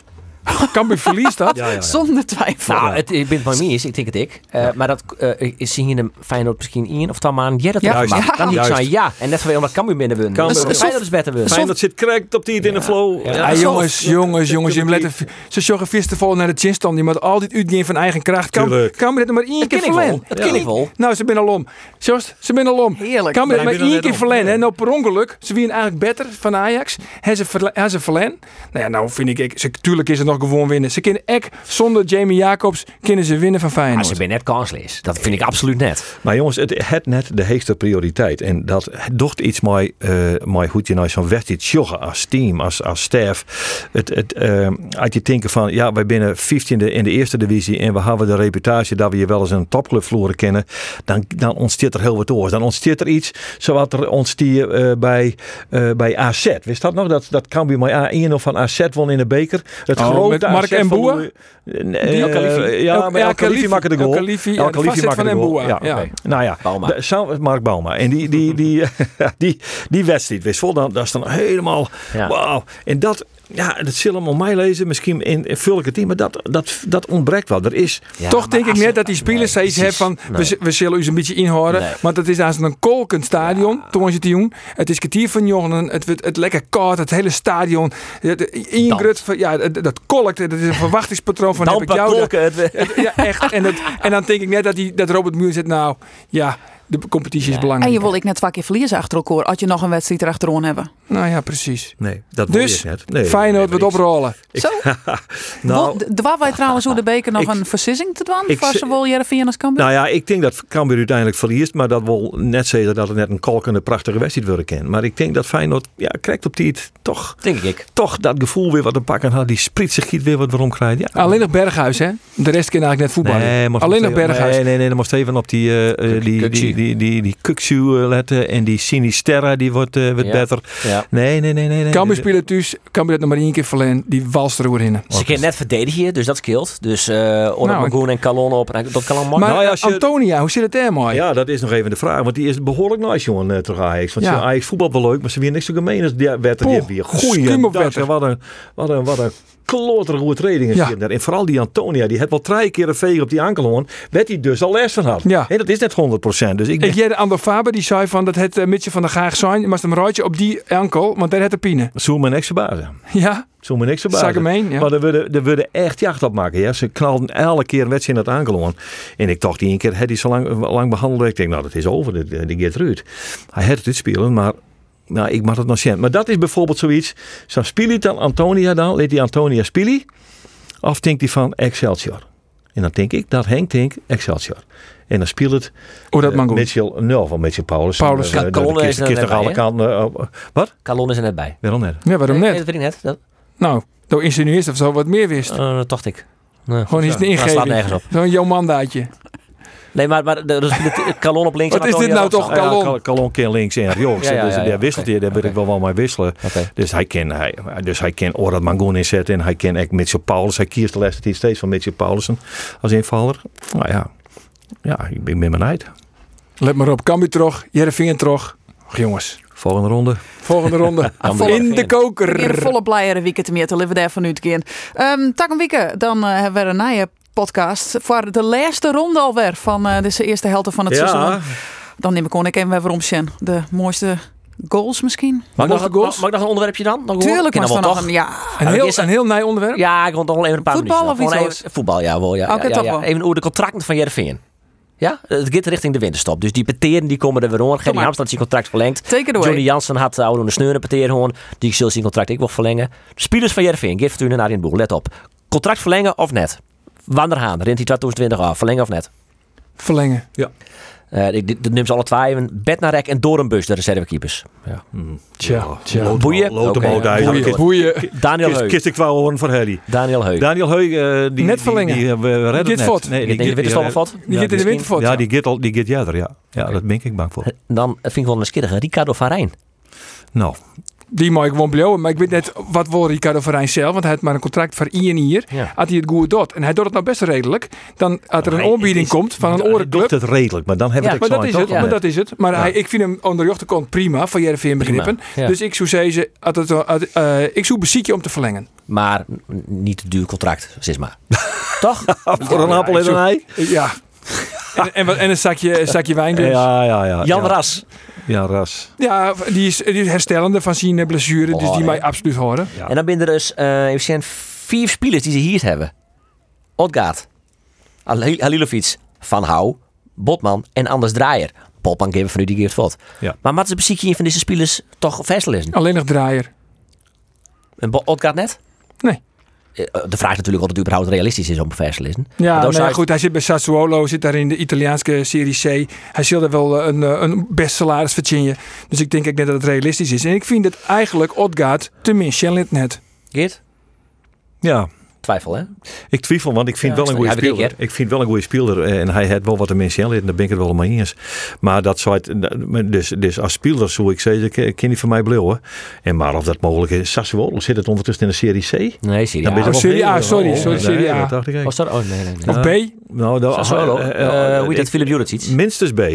Cambuur verliest dat. Ja, ja, ja. Zonder twijfel. Nou, het, ik ben het maar mis, ik denk het ik. Uh, maar dat uh, zie je hem Feyenoord misschien in of dan maar een Jerry Ja, terug juist. mag. Dan niet Juist. zijn ja. En net vanwege omdat Cambuur binnen winnen. Cambuur- Dus Feyenoord is beter winnen. Feyenoord zit correct op die in de flow. Ja. Ja, Ja, jongens, zo- jongens, jongens. Je dat- moet letten, ze zorgen vist te vol naar de chinstand. Je moet altijd uitgaan van eigen kracht. Kan, Tuurlijk. kan dit nog maar één Dat keer ken ik wel. verlengen? Dat ken ik wel. Nou, ze zijn al om. Joost, ze zijn al om. Heerlijk. Kan dit Maar maar ik ben er één keer net om. verlengen. En nou per ongeluk, ze winnen eigenlijk beter van Ajax. Hebben ze verle- hebben ze verlen. Nou ja, nou vind ik, ik ze, tuurlijk is het nog gewoon winnen. Ze kunnen echt zonder Jamie Jacobs kunnen ze winnen van Maar Feyenoord. ze zijn net kansloos. Dat vind ik absoluut net. Maar jongens, het het net de hoogste prioriteit. En dat docht iets mooi, uh, mooi goed je nou zo'n wedstrijd joggen als team, als, als staf. Het, het, uh, als je denkt van, ja, wij binnen vijftiende in de eerste divisie en we hebben de reputatie dat we je wel eens een topclub verloren kennen, dan, dan ontstaat er heel wat oors. Dan ontstaat er iets zoals er ontstier uh, bij, uh, bij A Z. Wist dat nog? Dat, dat Cambuur met A één of van A Z won in de beker. Het Oh, grote met Mark A Z en van Boer? Louis- Die El Khalifi. Uh, ja, El- maar El Khalifi maakte de goal. El Khalifi, ja, El de Khalifi vastzet maakte van de goal. Mboua. Ja, Ja. oké. Nou ja, Bauma. de- Samen Mark Bauma. En die, die, die, die, die wedstrijd, wist wel, dan, dat is dan helemaal Ja. wauw. En dat, ja, dat zullen we om mij lezen, misschien in, in vulke team, maar dat, dat, dat ontbreekt wel. Er is, Ja, Toch maar denk ik als net ze- dat die spelers Nee, steeds hebben precies. van, Nee. we, we zullen u een beetje inhouden. Nee. Want het is als een kolkend stadion, toen je te jong. Het is kwartier van jongen, het wordt het lekker koud, het hele stadion. Ingrut, ja, het- dat kolkt, het is een verwachtingspatroon van heb ik Dampen, jou. kolken, het- Het- Ja, echt. En, het, en dan denk ik net dat, die, dat Robert Muur zegt, nou ja, de competitie is En belangrijk. je wil ik net twee keer verliezen achter elkaar als je nog een wedstrijd erachteraan hebben. Nou ja, precies. nee, dat wil Dus je net. Nee, Feyenoord nee, wordt maar ik- oprollen. Zo, Nou, dwar wij trouwens hoe de beker nog ik- een versissing te doen? ik Voor ze- ze wil Jereveen als Cambuur? Nou ja, ik denk dat Cambuur uiteindelijk verliest, maar dat wil net zeggen dat het net een kolkende prachtige wedstrijd worden kan. Maar ik denk dat Feyenoord, ja, krijgt op die het toch, Denk ik. toch dat gevoel weer wat te pakken had. Die spritse giet weer wat waarom krijgt. Ja. Alleen nog Berghuis, hè? De rest kan eigenlijk net voetballen. Nee, maar Alleen nog Steven- Berghuis. Nee, nee, nee, dan moest even op die, uh, uh, die, Kuksu. die, die, die, die Kuksu uh, letten en die Sinisterra, die wordt, uh, wordt Ja. beter. Ja. Nee, nee, nee, nee. nee. Cambuur spelen thuis, Cambuur dat nog maar één keer verlen, die walst er weer in. Ze kunnen net verdedigen, dus dat scheelt. Dus uh, Orad Nou, Magoen en Calon op. En dat kan allemaal. Maar Nou ja, als je- Antonia, hoe zit het daar mooi? Ja, dat is nog even de vraag. Want die is behoorlijk nice, jongen, uh, terug Ajax. Want Ja. ja. Ajax voetbal wel leuk, maar ze weer niks zo gemeen als die werd er Poh, weer skum goeie op dag. wetter. En Wat een, wat een, wat een klotere overtredingen. Ja. zie je daar. En vooral die Antonia, die had wel drie keer een veeg op die ankelhoorn. Werd hij dus al les van had. Ja. En dat is net honderd procent. Dus ik Ik denk, jij de Ander Faber, die zei van dat het uh, Mitje van der Gaag zijn, je moest hem ruitje op die enkel, want daar had de pine. zoem me niks verbazen. Ja, Zoem me niks verbazen. Zag hem heen, ja. Maar er willen, er willen echt jacht op maken. Ja. Ze knalden elke keer een wedstrijd in dat aangeloon. En ik dacht die een keer, had hij zo lang, lang behandeld. Ik denk, nou, dat is over. Die, die gaat eruit. Hij had het uitspelen, maar nou, ik mag het nog zien. Maar dat is bijvoorbeeld zoiets. Zo spelen dan Antonia dan. Leed die Antonia spelen? Of denkt hij van Excelsior? En dan denk ik, dat Henk denkt Excelsior. En dan speelt het hoe dat uh, man goed. Mitchell, no, van Mitchell Paulus. Paulus. Uh, Ka- Kalonne de is er kist net toch alle bij, hè? kanten. uh, wat? Calon is er net bij. Waarom net? Ja, waarom Nee, net? dat weet ik net. Dat Nou, door insinueert of zo wat meer wist. uh, dat dacht ik. Nee. Gewoon iets een Dat slaat ingeving. nergens op. Zo'n jouw mandaatje. Nee, maar, maar er is het Calon op links. Wat en is dit Antonia nou op toch, zand. Calon? Ja, Cal- Calon kan links en rechts. Ja, ja, dus ja, die ja. wisselt hier, Oké, daar wil ik oké. wel wel mee wisselen. Oké. Dus hij kan, hij, dus hij kan Orad Mangoen inzetten en hij kan ook Mitchell Paulus. Hij kiest de laatste tijd steeds van Mitchell Paulussen als invaller. Nou ja, ja, ik ben ben benieuwd. Let maar op, Cambuur terug, Jereveen terug. Och, jongens, Volgende ronde. volgende ronde. Cambuur. In de Een koker. volle blijere weekend meer te leven daar vanuit gaan. Um, tak een week, dan uh, hebben we een nieuwe podcast voor de laatste ronde alweer van uh, deze eerste helft van het seizoen. Dan neem ik gewoon even weer om Sjen. De mooiste goals misschien. Mag ik, nog, Mocht de mag, goals? mag ik nog een onderwerpje dan? Nog Tuurlijk Ken was dat er wel, nog toch? een... Ja, Een ik heel, eerst- een heel nieuw onderwerp. Ja, ik wil nog wel even een paar Voetbal minuten. of iets Gewoon anders? even- Voetbal, ja. Wel, ja, Oké, ja, toch ja. wel. Even over de contracten van Jereveen. Ja, het gaat richting de winterstop. Dus die peteren die komen er weer aan. Gerry maar. Hamstra had zijn contract verlengd. take it away. Johnny Jansen had uh, oude sneuren peteren gewoon. Die zal zijn contract ik wil verlengen. De spelers van Jereveen, geef het u naar in het boel. Let op. Contract verlengen of net? Wanneer gaan? Rint die twintig twintig af. Verlengen of net? Verlengen. Uh, ik- dit- dit neemt ze alle twee even. Bednarek en Doornbus, de reservekeepers. Ja. Tja, tja. Boeien? Lood Oké. hem ook daar. Boeien. Boeien. Daniel Kist, Heug. kist ik wel horen voor Harry. Daniel Heug. Daniel Heug, uh, die, Net die, verlengen. die, die, we redden Die het gaat net. fort. Nee, Ik denk de winterstop of wat? Die zit in de misschien. wintervoort. Ja, die gaat al, die gaat jader, ja. Ja, dat ben ik bang voor. Dan vind ik wel een skiddige. Ricardo van Rijn. Nou, Die mag ik gewoon blijven. Maar ik weet net wat wil Ricardo Verijn zelf. Want hij heeft maar een contract voor één jaar. Ja. Als hij het goed doet. En hij doet het nou best redelijk. Dan als er een Nee, aanbieding het is- komt van een Hij orenclub. doet het redelijk, maar dan hebben we Ja, het Maar dat is het. Ja. Maar dat is het. Maar hij, ik vind hem onder de achterkant prima. Van Jereveen begrippen. Prima, ja. Dus ik zou zeggen. Als het, als, uh, ik zou beziekje om te verlengen. Maar n- niet te duur contract, zeg maar. Toch? Voor een appel en een ei. Ja. en, en, wat- en een zakje, een zakje wijn dus. Ja, ja, ja. Jan ja. Ras. Ja, Ras. Ja, die is, die is herstellende van zijn eh, blessure. dus Oh, die ja. mij absoluut horen. Ja. En dan zijn er dus uh, even zien, vier spelers die ze hier hebben. Odgaard, Halil- Halilovic, Van Hou, Botman en Anders Draaier. Polpan geven van u die Geert Vot. Ja. Maar wat is beziek je een van deze spelers toch vastlezen? Alleen nog draaier. En Bo- Odgaard net? Nee. Eh, De vraag is natuurlijk of het überhaupt realistisch is om vastlezen. Ja, Maar nou ja, zou- goed. Hij zit bij Sassuolo. Zit daar in de Italiaanse Serie C. Hij zal er wel een, eh, een best salaris verdienen. Dus ik denk ook net dat het realistisch is. En ik vind het eigenlijk Odgaard te min Shellent net. Geert? Ja, Twijfel, hè? ik twijfel, want ik vind Ja, wel een goede heb ik speler. ook, Ik vind wel een goede speler en hij heeft wel wat de mensen in, daar ben ik het wel mee eens. Maar dat zou het, dus, dus als speler zou ik zeggen, kan hij van mij blijven. En maar of dat mogelijk is, Sassuolo zit het ondertussen in de Serie C? Nee, Serie Dan ben A. je Oh, wel Serie A, heel- sorry, oh, sorry, nee, Serie A. dat dacht ik Oh, eigenlijk. sorry. Oh, nee, nee, nee. Of Ja. B? Nou, dat, Sassuolo. eh, Eh, eh, hoe heet dat? ik- Filip Juricic? Minstens B.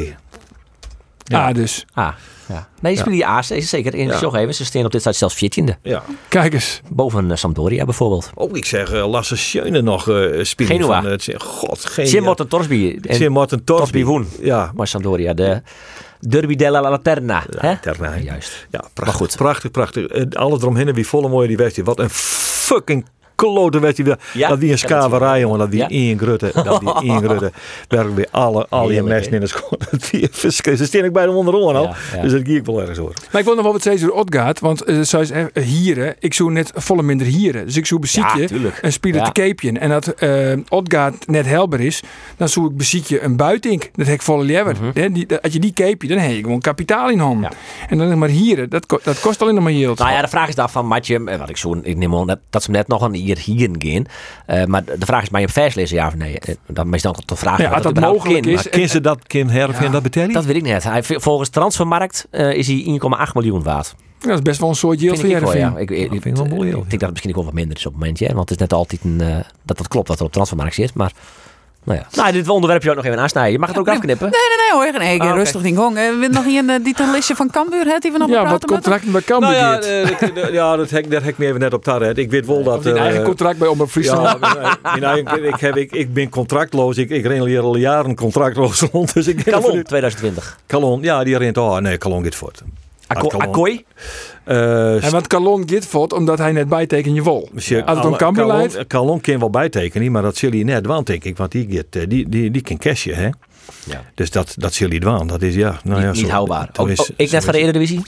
Ja. A dus. Ah, ja. Nee, die spelen die A's, is zeker. In de Ja. show even. Ze staan op dit site zelfs veertiende. Ja. Kijk eens. Boven uh, Sampdoria bijvoorbeeld. Ook ik zeg, uh, Lasse Schöne nog uh, spelen Genua. van het. God, geen. Sim Morten Torsby. En Sim Morten Torsby Torsby. woen. Ja. Maar Sampdoria, de Derby della Laterna. hè? Terna. Juist. Ja, prachtig, Maar goed. prachtig, prachtig. Eh, Alles eromheen, wie volle mooie die wedstrijd. Wat een fucking klote wedstrijd. Ja, dat die een ik heb het skaverij, jongen. Dat die Ja. één grutte. Dat die één grutte. Werkelijk weer alle, al die Heerlijk, mensen hè? in de school. Dat die verschrikkelijk. Ze staan ik bij de onderoor al. Ja, ja. Dus dat ging ik wel ergens hoor. Maar ik wil nog wel wat zeggen over Odgaard. Want uh, zoals uh, hieren, ik zou net volle minder hieren. Dus ik zou beziekje Ja, tuurlijk. een speler Ja. te keepje. En dat uh, Odgaard net helder is, dan zou ik beziekje een buitink. Dat heb ik volle liever. Mhm. Die, als je die keepje, dan heb je gewoon kapitaal in handen. Ja. En dan maar hieren, dat, ko- dat kost alleen nog maar yield. Nou ja, de vraag is daar van Matje, eh, wat ik zo, ik neem aan net, dat ze net nog een hier hier gaan. Uh, maar de vraag is, maar je hebt vers lezen, ja of nee? Uh, Dan is dan de vraag Ja, wat als dat überhaupt mogelijk kan. is. Maar kan ze dat, kan Herven Ja. dat betalen? Dat weet ik net. Hij, volgens Transfermarkt uh, is hij één komma acht miljoen waard. Dat is best wel een soort yield Vind van ik ook wel, ja. Jereveen. Ik, ik, Dat vind ik wel mooi, ik joh. denk dat het misschien ook wel wat minder is op het moment. Ja? Want het is net altijd een, uh, dat dat klopt wat er op Transfermarkt zit. Maar nou ja. Nou, dit onderwerpje ook nog even aansnijden. Je mag het ook afknippen. Nee, nee, nee hoor. Nee, ik Ah, oké. rustig ding gong. We nog hier een die lijstje van Cambuur het die we nog Ja, praten wat met hem. contracten bij Cambuur Nou ja, Geert. eh, dat- dat- ja, dat hek, dat hek me even net op tarret. Ik weet wel dat... Of die eh, eigen contract bij Omroep Friesland. Ja, mijn- mijn eigen- ik, heb, ik, ik ben contractloos. Ik, ik ren hier al jaren contractloos rond. Dus ik Calon twintig twintig. Calon, ja, die rent. Oh nee, Calon gaat voort. Akko- Calon. Akkooi. Eh, En want Calon Gitvoort, omdat hij net bijteken je wol. Monsieur, Als het om Cambuur Calon, leidt. Calon kan wel bijtekenen, maar dat zul je net waan, denk ik. Want die, get, eh, die, die, die kan cashen, hè. Ja. Dus dat, dat zul je dwaan. Dat is, ja... Nou ja, Niet, niet zo- houdbaar. zo Ook, is- ook- ik zo net van de is- Eredivisie.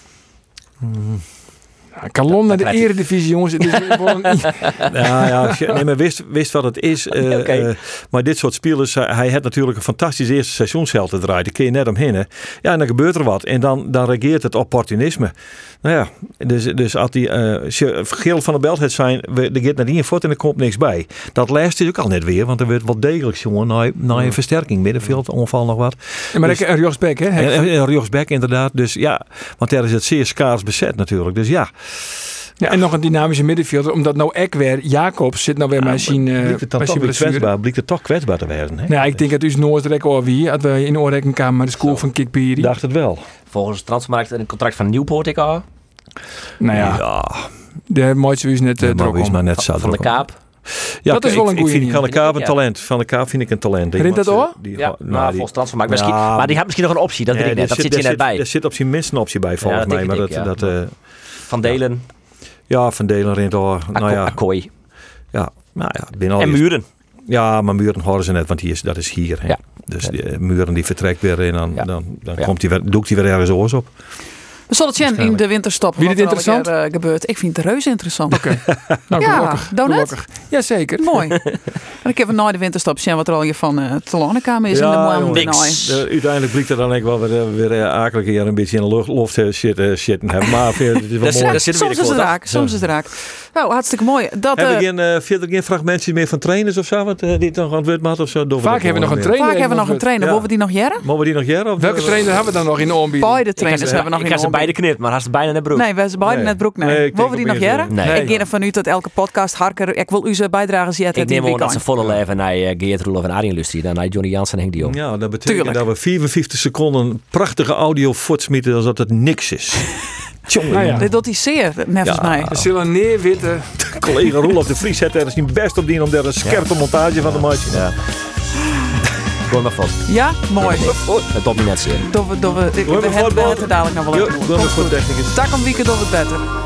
Ja, Calon naar de dat rijdt hij. eredivisie, jongens. Het is gewoon een- Ja, ja, als je- nee, maar wist, wist wat het is. eh, Oké. eh, maar dit soort spelers, hij, hij had natuurlijk een fantastisch eerste seizoensveld te draaien. Daar kun je net omheen. Hè. Ja, en dan gebeurt er wat. En dan, dan regeert het opportunisme. Nou ja, dus, dus als die uh, Geel van der Belt het zijn, we- er gaat naar die voort en er komt niks bij. Dat laatste is ook al net weer, want er wordt wel degelijk, jongen, naar, naar een versterking. Middenveld, onval nog wat. Ja, maar Dus- ik een rechtsback, hè? En, en, en rechtsback inderdaad. Dus ja, want daar is het zeer schaars bezet natuurlijk. Dus ja. Ja, en nog een dynamische middenvelder, omdat nou ek weer Jacobs zit nou weer met zijn uh, Blijkt het dan met toch zijn weer blessure. kwetsbaar? Blijkt het toch kwetsbaar te werden? Hè? Nou, ik denk dat u nooit direct over wie, dat we in de oorrekenkamer de school van Kikpiri. dacht het wel. Volgens Transfermarkt een contract van Nieuwpoort ik al. Nou ja, Ja, de mooiste is net uh, ja, maar druk wees om. maar net Van, zat van de erop. Kaap. Ja, Dat is wel ik- een ik goeie vind niet. Van de Kaap een Ja. talent. Van de Kaap vind ik een talent. Die Rint dat moet ze- hoor? die- Ja, nou, maar die- volgens Transfermarkt misschien. Ja, Maar die had misschien nog een optie, dat weet nee, ik net. er Dat zit hier er net bij. Er zit op zijn minst een optie bij volgens Ja, dat mij. denk Maar ik, dat, ja. dat, eh, Van Delen, ja, Van Delen rent al. Nou ja, Akkooi ja, nou ja, binnen al en die- Muren. Ja, maar Muren horen ze net, want die is, dat is hier. Hè. Ja. Dus Ja. die, eh, Muren die vertrekt weer en dan, Ja. dan, dan Ja. komt hij weer, doekt hij weer ergens oors op. We zullen het zien in de winterstop. Wie wat dit er al een interessant? keer, uh, gebeurt. Ik vind het reuze interessant. Oké. Nou, Ja, gelukkig. doe net. gelukkig. Jazeker. Mooi. En ik heb na de winterstop zien wat er al hier van uh, te Lonnekamer is Ja, in de mooie jongen. Niks. Uh, uiteindelijk blijkt er dan ook wel weer, weer uh, akelig hier een beetje in de lucht, loft uh, shit, uh, shit hebben. Maar uh, het is wel Dat is- mooi. dat zit er weer soms is het voor, raak. Soms is het raak. Nou, hartstikke mooi. Dat, Hebben uh, we geen, uh, verder geen fragmentjes meer van trainers of zo? Wat uh, die nog aan het woord of zo? Doen Vaak hebben we nog een trainer. trainer. vaak hebben we nog een trainer. Ja. Willen we die nog jaren? Mogen we die nog jaren? Of Welke trainer hebben we dan nog in de aanbieding? Beide trainers hebben we nog in Ik ga de ze beide knipt, maar haast bijna net broek. Nee, we zijn beide Nee. net broek. Nee. Nee, ik Willen denk we die ook nog meer, jaren? nee. Ik ga ervan uit dat elke podcast harker. Ik wil u zijn bijdrage zetten. Ik neem gewoon dat ze volle leven naar uh, Geert Roelof en Arjen Lustrie. Dan naar Johnny Jansen en Henk de Jong. Ja, dat betekent Tuurlijk. dat we vierenvijftig seconden prachtige audio voortsmieten als dat het niks is. Tjonge, Nou ja. Dit doet hij zeer, nevens Ja. mij. We zullen neerwitten. collega Roelof de Vries zet er zijn best op die om daar een scherpe montage van te maken. Ja. Gewoon maar vast. Ja, mooi. Het dominatieën. Doen we, doen we, ik, Doe we even hebben voortbouwen. het er dadelijk nog wel Ja, even. doe Komt even voor goed. technicus. Tak om weekend doen we het beter.